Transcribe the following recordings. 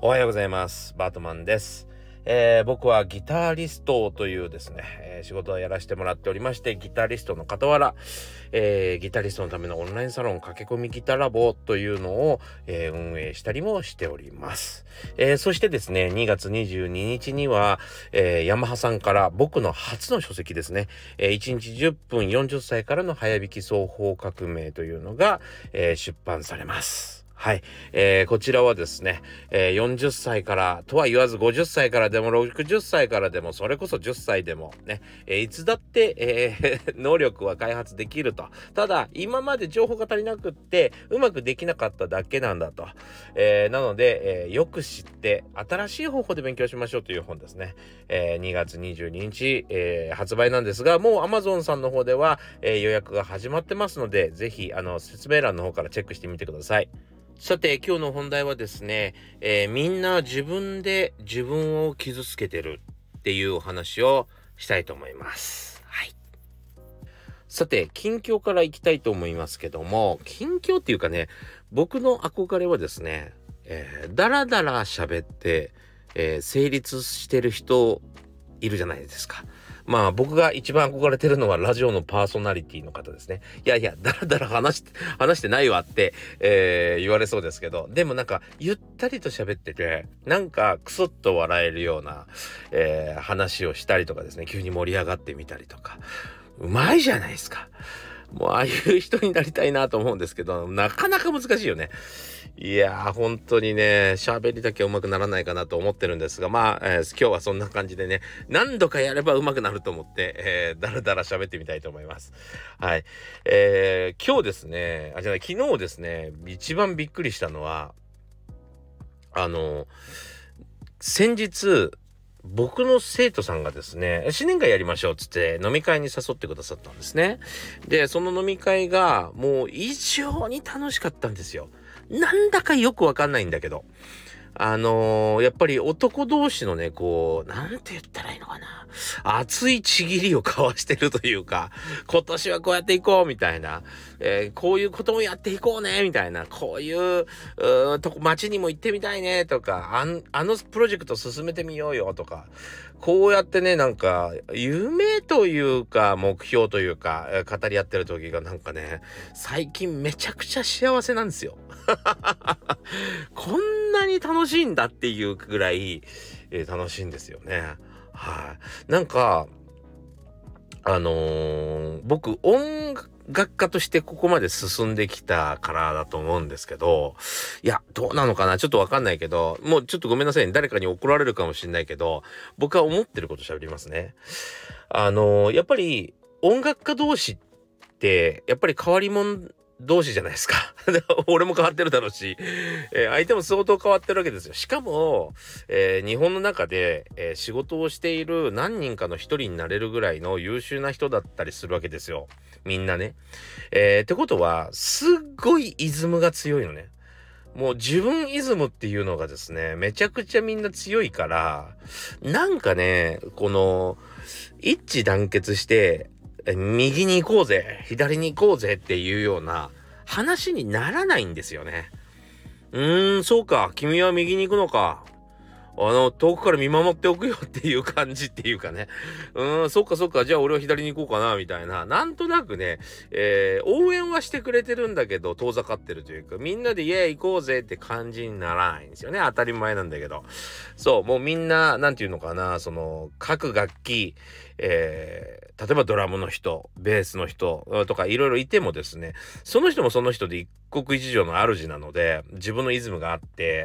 おはようございます。バートマンです。僕はギタリストというですね、仕事をやらせてもらっておりまして、ギタリストの傍ら、ギタリストのためのオンラインサロン駆け込みギタラボというのを、運営したりもしております。そしてですね、2月22日には、ヤマハさんから僕の初の書籍ですね、1日10分40歳からの早弾き奏法革命というのが、出版されます。はい、こちらはですね、40歳からとは言わず50歳からでも60歳からでもそれこそ10歳でもね、いつだって、能力は開発できると。ただ今まで情報が足りなくってうまくできなかっただけなんだと。なので、よく知って新しい方法で勉強しましょうという本ですね。2月22日、発売なんですが、もう Amazon さんの方では、予約が始まってますので、ぜひ説明欄の方からチェックしてみてください。さて今日の本題はですね、みんな自分で自分を傷つけてるっていうお話をしたいと思います。はい。さて近況からいきたいと思いますけども、近況っていうかね、僕の憧れはですね、だらだら喋って、成立してる人いるじゃないですか。まあ僕が一番憧れてるのはラジオのパーソナリティの方ですね。いやいや、だらだら話してないわって、言われそうですけど、でもなんかゆったりと喋ってて、なんかクスッと笑えるような、話をしたりとかですね、急に盛り上がってみたりとか、うまいじゃないですか。もうああいう人になりたいなと思うんですけど、なかなか難しいよね。いやー本当にね、喋りだけは上手くならないかなと思ってるんですが、まあ、今日はそんな感じでね、何度かやれば上手くなると思って、だらだら喋ってみたいと思います。はい。今日ですね、昨日ですね、一番びっくりしたのは、先日、僕の生徒さんがですね、新年会やりましょうっつって飲み会に誘ってくださったんですね。で、その飲み会がもう異常に楽しかったんですよ。なんだかよくわかんないんだけど。やっぱり男同士のね、こう、なんて言ったらいいのかな。熱いちぎりを交わしてるというか、今年はこうやっていこうみたいな、こういうこともやっていこうねみたいな、こういう街にも行ってみたいねとか、あのプロジェクト進めてみようよとか、こうやってね、なんか、夢というか、目標というか、語り合ってる時がなんかね、最近めちゃくちゃ幸せなんですよ。こんなに楽しいんだっていうぐらい、楽しいんですよね。はい。なんか、僕音楽家としてここまで進んできたからだと思うんですけど、いや、どうなのかなちょっとわかんないけど、もうちょっとごめんなさいね。誰かに怒られるかもしれないけど、僕は思ってること喋りますね。やっぱり音楽家同士って、やっぱり変わり者同士じゃないですか。俺も変わってるだろうし、相手も相当変わってるわけですよ。しかも、日本の中で、仕事をしている何人かの一人になれるぐらいの優秀な人だったりするわけですよ。みんなね。ってことは、すっごいイズムが強いのね。もう自分イズムっていうのがですね、めちゃくちゃみんな強いから、なんかね、この、一致団結して、右に行こうぜ、左に行こうぜっていうような話にならないんですよね。そうか、君は右に行くのか。遠くから見守っておくよっていう感じっていうかね。そっかそっか、じゃあ俺は左に行こうかな、みたいな。なんとなくね、応援はしてくれてるんだけど、遠ざかってるというか、みんなでイエーイ行こうぜって感じにならないんですよね。当たり前なんだけど。そう、もうみんな、なんていうのかな、各楽器、例えばドラムの人、ベースの人とかいろいろいてもですね、その人もその人で一国一城の主なので、自分のイズムがあって、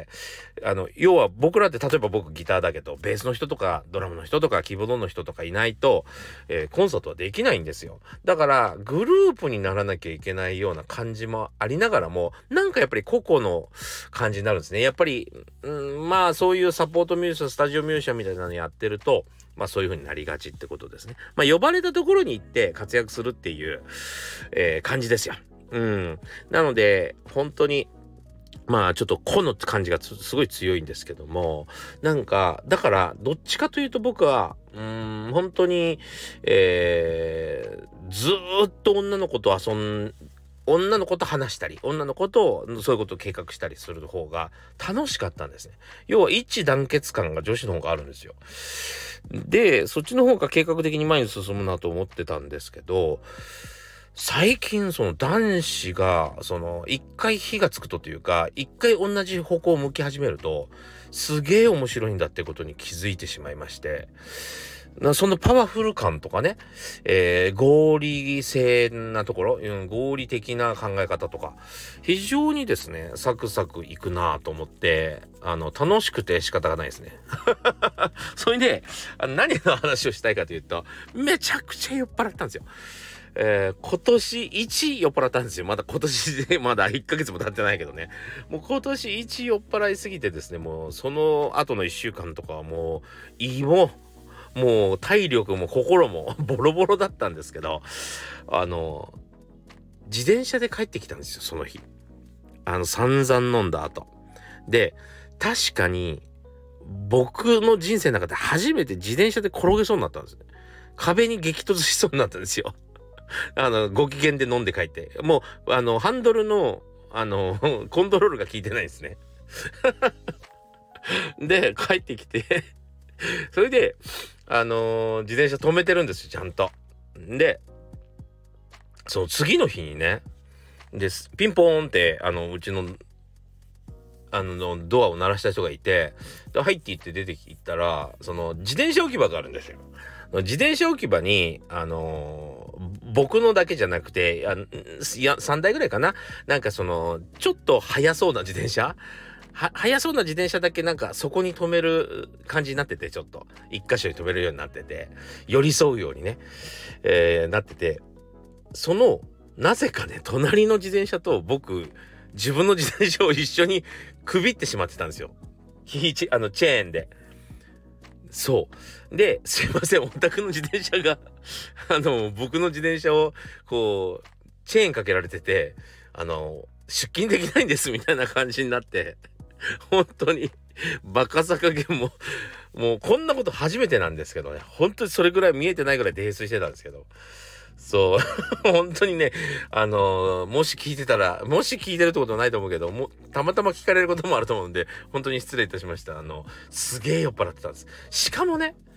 要は僕らって例えば僕ギターだけど、ベースの人とかドラムの人とかキーボードの人とかいないと、コンサートはできないんですよ。だからグループにならなきゃいけないような感じもありながらも、なんかやっぱり個々の感じになるんですね。やっぱり、まあそういうサポートミュージシャン、スタジオミュージシャンみたいなのやってると、まあそういう風になりがちってことですね。まあ呼ばれたところに行って活躍するっていう、感じですよ。なので本当にまあちょっと個の感じがすごい強いんですけども、なんかだからどっちかというと僕は本当に、ずーっと女の子と女の子と話したり、女の子とそういうことを計画したりする方が楽しかったんですね。要は一致団結感が女子の方があるんですよ。で、そっちの方が計画的に前に進むなと思ってたんですけど、最近その男子が一回火がつくというか、一回同じ方向を向き始めるとすげえ面白いんだってことに気づいてしまいまして、そのパワフル感とかね、合理性なところ、合理的な考え方とか非常にですねサクサクいくなと思って、楽しくて仕方がないですね。それで何の話をしたいかというと、めちゃくちゃ酔っ払ったんですよ。今年一酔っ払ったんですよ。まだ今年でまだ1ヶ月も経ってないけどね。もう今年一酔っ払いすぎてですね、もうその後の1週間とかはもう体力も心もボロボロだったんですけど、自転車で帰ってきたんですよ、その日。散々飲んだ後。で、確かに僕の人生の中で初めて自転車で転げそうになったんですね。壁に激突しそうになったんですよ。ご機嫌で飲んで帰って。もう、ハンドルの、コントロールが効いてないですね。で、帰ってきてそれで、自転車止めてるんですよ、ちゃんと。で、その次の日にね、ピンポーンって、うちの、ドアを鳴らした人がいて、で入って行って出て行ったら、自転車置き場があるんですよ。自転車置き場に、僕のだけじゃなくて、3台ぐらいかな。なんかちょっと速そうな自転車速そうな自転車だけなんかそこに止める感じになってて、ちょっと一箇所に止めるようになってて、寄り添うようにね、なってて、なぜかね、隣の自転車と自分の自転車を一緒にくびってしまってたんですよ。チェーンで。そうで、すいません、お宅の自転車が僕の自転車をこうチェーンかけられてて、出勤できないんですみたいな感じになって、本当にバカさ加減もうこんなこと初めてなんですけどね、本当にそれぐらい見えてないぐらい泥酔してたんですけど、そう本当にね、もし聞いてるってことはないと思うけど、たまたま聞かれることもあると思うんで、本当に失礼いたしました。すげえ酔っ払ってたんです。しかも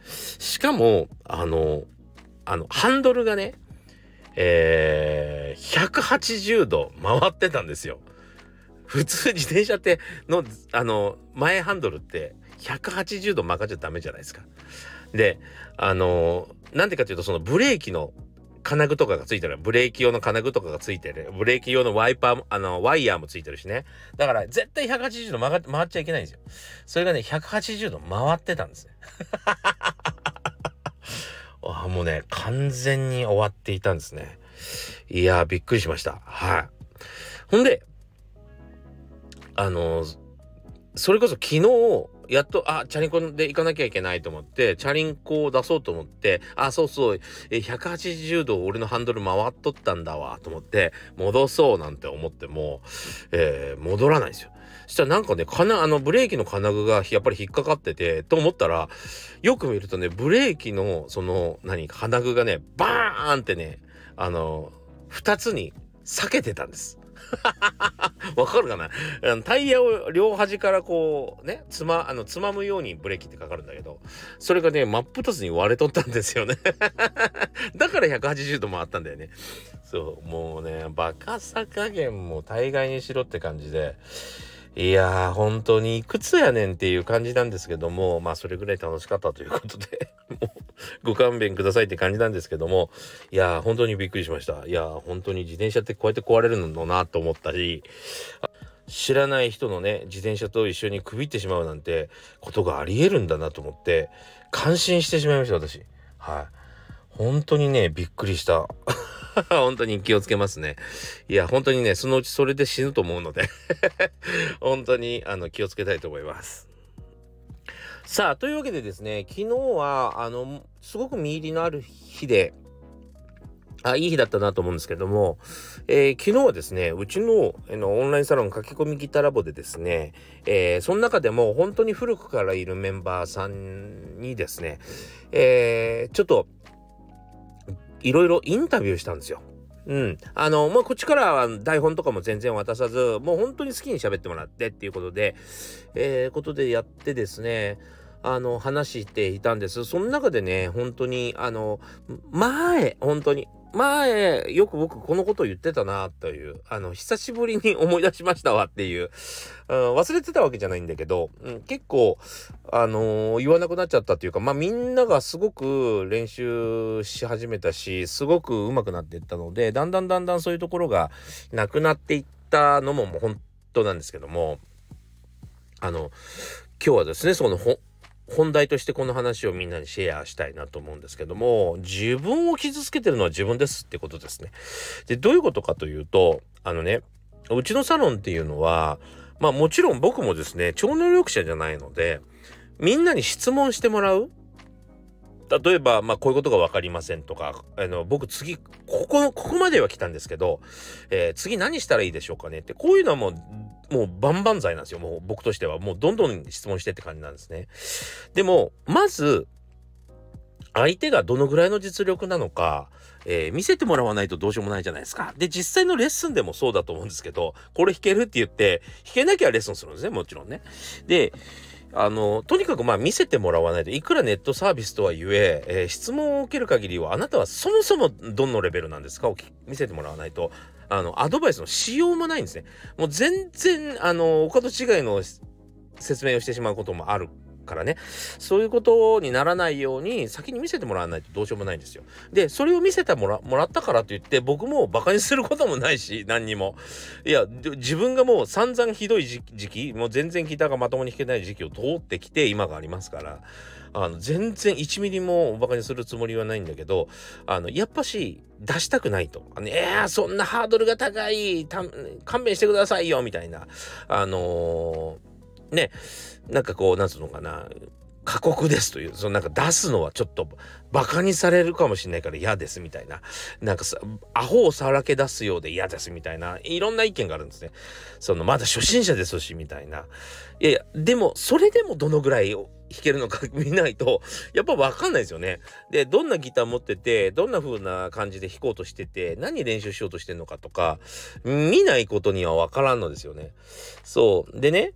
ハンドルがね、180度回ってたんですよ。普通自転車って前ハンドルって180度曲がっちゃダメじゃないですか。で、なんでかというと、そのブレーキの金具とかがついてる、ブレーキ用の金具とかがついてる、ブレーキ用のワイヤーもついてるしね。だから絶対180度回っちゃいけないんですよ。それがね、180度回ってたんですね。もうね、完全に終わっていたんですね。いやー、びっくりしました。はい。ほんで、それこそ昨日やっとチャリンコで行かなきゃいけないと思って、チャリンコを出そうと思って、そうそう、180度俺のハンドル回っとったんだわと思って戻そうなんて思っても、戻らないんですよ。そしたらなんかね、ブレーキの金具がやっぱり引っかかっててと思ったら、よく見るとね、ブレーキの金具がね、バーンってね、2つに裂けてたんです。わかるかな。タイヤを両端からこうね、つまむようにブレーキってかかるんだけど、それがね、真っ二つに割れとったんですよね。だから180度回ったんだよね。そう、もうね、バカさ加減も大概にしろって感じで、いやー、本当にいくつやねんっていう感じなんですけども、まあそれぐらい楽しかったということでもうご勘弁くださいって感じなんですけども、いやー、本当にびっくりしました。いやー、本当に自転車ってこうやって壊れるのなと思ったり、知らない人のね、自転車と一緒にくびってしまうなんてことがありえるんだなと思って感心してしまいました、私。はい。本当にね、びっくりした。本当に気をつけますね。いや、本当にね、そのうちそれで死ぬと思うので本当に気をつけたいと思います。さあ、というわけでですね、昨日はすごく見入りのある日で、いい日だったなと思うんですけども、昨日はですね、うちのオンラインサロン駆け込みギターラボでですね、その中でも本当に古くからいるメンバーさんにですね、ちょっといろいろインタビューしたんですよ。 もうこっちからは台本とかも全然渡さず、もう本当に好きに喋ってもらってっていうことで、やってですね、話していたんです。その中でね、本当に、よく僕このことを言ってたなという、久しぶりに思い出しましたわっていう、忘れてたわけじゃないんだけど、結構、言わなくなっちゃったっていうか、みんながすごく練習し始めたし、すごく上手くなっていったので、だんだんそういうところがなくなっていったのももう本当なんですけども、今日はですね、本題としてこの話をみんなにシェアしたいなと思うんですけども、自分を傷つけてるのは自分ですってことですね。で、どういうことかというと、うちのサロンっていうのは、もちろん僕もですね、超能力者じゃないので、みんなに質問してもらう。例えば、こういうことが分かりませんとか、僕次、ここまでは来たんですけど、次何したらいいでしょうかねって、こういうのはもう万々歳なんですよ。もう僕としては、もうどんどん質問してって感じなんですね。でも、まず、相手がどのぐらいの実力なのか、見せてもらわないとどうしようもないじゃないですか。で、実際のレッスンでもそうだと思うんですけど、これ弾けるって言って、弾けなきゃレッスンするんですね、もちろんね。で、とにかく見せてもらわないと、いくらネットサービスとはいえ、質問を受ける限りは、あなたはそもそもどのレベルなんですかを見せてもらわないと、アドバイスのしようもないんですね。もう全然、お門違いの説明をしてしまうこともあるからね、そういうことにならないように先に見せてもらわないとどうしようもないんですよ。で、それを見せてもらったからといって僕もバカにすることもないし、何にも、いや、自分がもう散々ひどい時期、もう全然ギターがまともに弾けない時期を通ってきて今がありますから、全然1ミリもバカにするつもりはないんだけど、やっぱし出したくないと、そんなハードルが高い、勘弁してくださいよみたいな、ね、なんかこう、なんつうのかな、過酷ですという、なんか出すのはちょっとバカにされるかもしれないから嫌ですみたいな、なんかアホをさらけ出すようで嫌ですみたいな、いろんな意見があるんですね。まだ初心者ですしみたいな。いや、でもそれでもどのぐらい弾けるのか見ないとやっぱ分かんないですよね。で、どんなギター持ってて、どんな風な感じで弾こうとしてて、何練習しようとしてんのかとか見ないことには分からんのですよね。そうでね、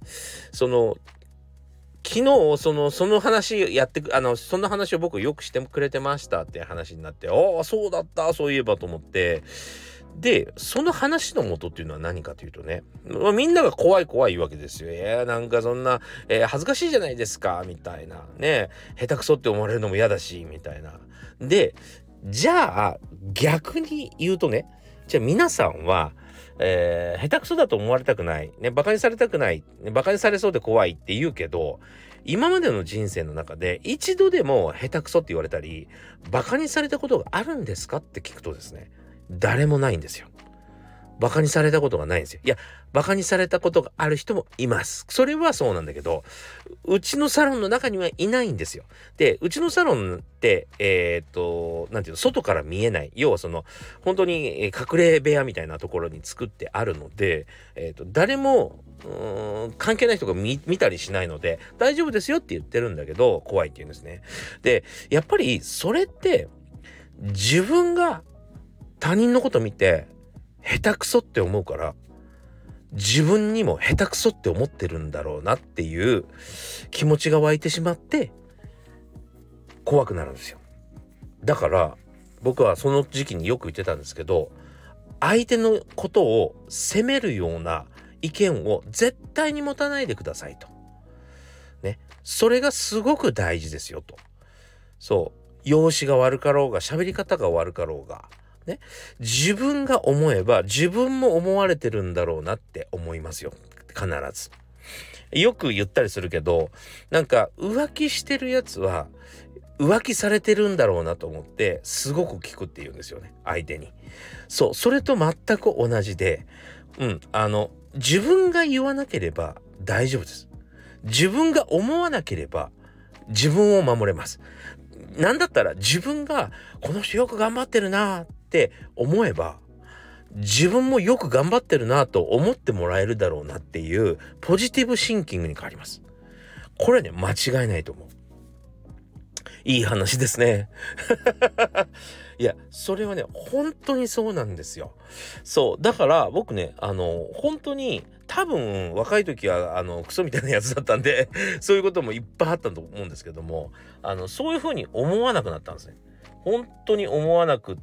昨日その話やってその話を僕よくしてくれてましたって話になって、ああそうだった、そういえばと思って、でその話の元っていうのは何かというとね、みんなが怖い言うわけですよ。なんかそんな、恥ずかしいじゃないですかみたいなね、下手くそって思われるのも嫌だしみたいな。で、じゃあ逆に言うとね、じゃあ皆さんは下手くそだと思われたくない、ね、バカにされたくない、ね、バカにされそうで怖いって言うけど、今までの人生の中で一度でも下手くそって言われたりバカにされたことがあるんですかって聞くとですね、誰もないんですよ。バカにされたことがないんですよ。いや、バカにされたことがある人もいます。それはそうなんだけど、うちのサロンの中にはいないんですよ。で、うちのサロンって、なんていうの、外から見えない。要は本当に隠れ部屋みたいなところに作ってあるので、誰も、関係ない人が見たりしないので、大丈夫ですよって言ってるんだけど、怖いって言うんですね。で、やっぱりそれって、自分が他人のこと見て、下手くそって思うから、自分にも下手くそって思ってるんだろうなっていう気持ちが湧いてしまって怖くなるんですよ。だから僕はその時期によく言ってたんですけど、相手のことを責めるような意見を絶対に持たないでくださいと。ね。それがすごく大事ですよと。そう。容姿が悪かろうが、喋り方が悪かろうが。ね、自分が思えば自分も思われてるんだろうなって思いますよ、必ず。よく言ったりするけど、なんか浮気してるやつは浮気されてるんだろうなと思ってすごく聞くって言うんですよね、相手に。そう、それと全く同じで、自分が言わなければ大丈夫です。自分が思わなければ自分を守れます。なんだったら自分がこの人よく頑張ってるなって思えば、自分もよく頑張ってるなと思ってもらえるだろうなっていうポジティブシンキングに変わります。これね、間違いないと思う。 いい話ですね。いや、それはね、本当にそうなんですよ。そう。だから僕ね、本当に多分若い時はクソみたいなやつだったんでそういうこともいっぱいあったと思うんですけども、そういう風に思わなくなったんですね。本当に思わなくって、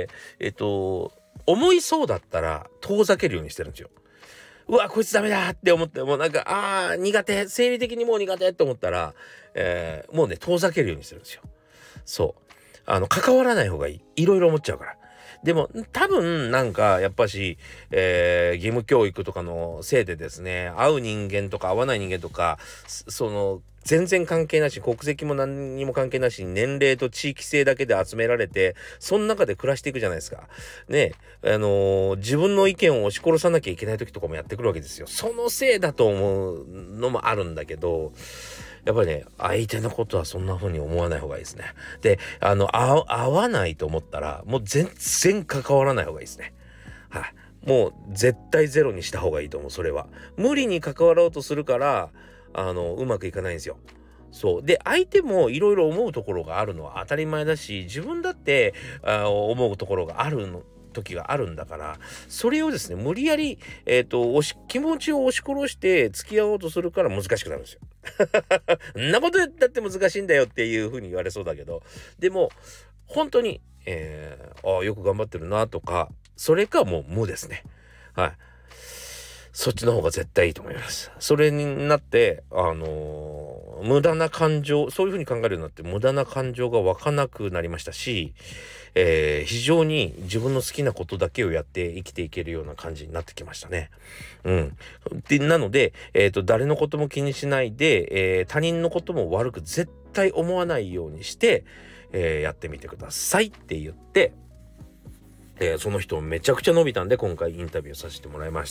思いそうだったら遠ざけるようにしてるんですよ。うわこいつダメだって思って、もうなんか苦手、生理的にもう苦手って思ったら、もうね遠ざけるようにしてるんですよ。そう。関わらない方がいい。いろいろ思っちゃうから。でも多分なんかやっぱし、義務教育とかのせいでですね、会う人間とか会わない人間とか、その全然関係なし、国籍も何にも関係なしに年齢と地域性だけで集められて、その中で暮らしていくじゃないですか。ね、自分の意見を押し殺さなきゃいけない時とかもやってくるわけですよ。そのせいだと思うのもあるんだけど、やっぱりね、相手のことはそんな風に思わない方がいいですね。で、合わないと思ったら、もう全然関わらない方がいいですね。はい。もう絶対ゼロにした方がいいと思う、それは。無理に関わろうとするから、うまくいかないんですよ。そう。で、相手もいろいろ思うところがあるのは当たり前だし、自分だって思うところがあるの。時があるんだから、それをですね、無理やり、気持ちを押し殺して付き合おうとするから難しくなるんですよ。んなこと言ったって難しいんだよっていう風に言われそうだけど、でも本当に、よく頑張ってるなとか、それかもう無ですね。はい。そっちの方が絶対いいと思います。それになって、無駄な感情、そういう風に考えるようになって無駄な感情が湧かなくなりましたし、非常に自分の好きなことだけをやって生きていけるような感じになってきましたね。うん。で、なので、誰のことも気にしないで、他人のことも悪く絶対思わないようにして、やってみてくださいって言って、その人めちゃくちゃ伸びたんで今回インタビューさせてもらいました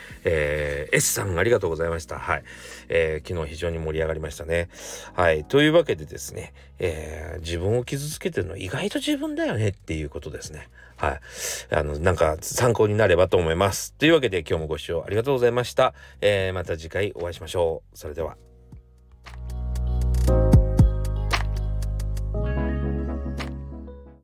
。S さんありがとうございました。はい。昨日非常に盛り上がりましたね。はい。というわけでですね、自分を傷つけてるのは意外と自分だよねっていうことですね。はい。なんか参考になればと思います。というわけで今日もご視聴ありがとうございました。また次回お会いしましょう。それでは。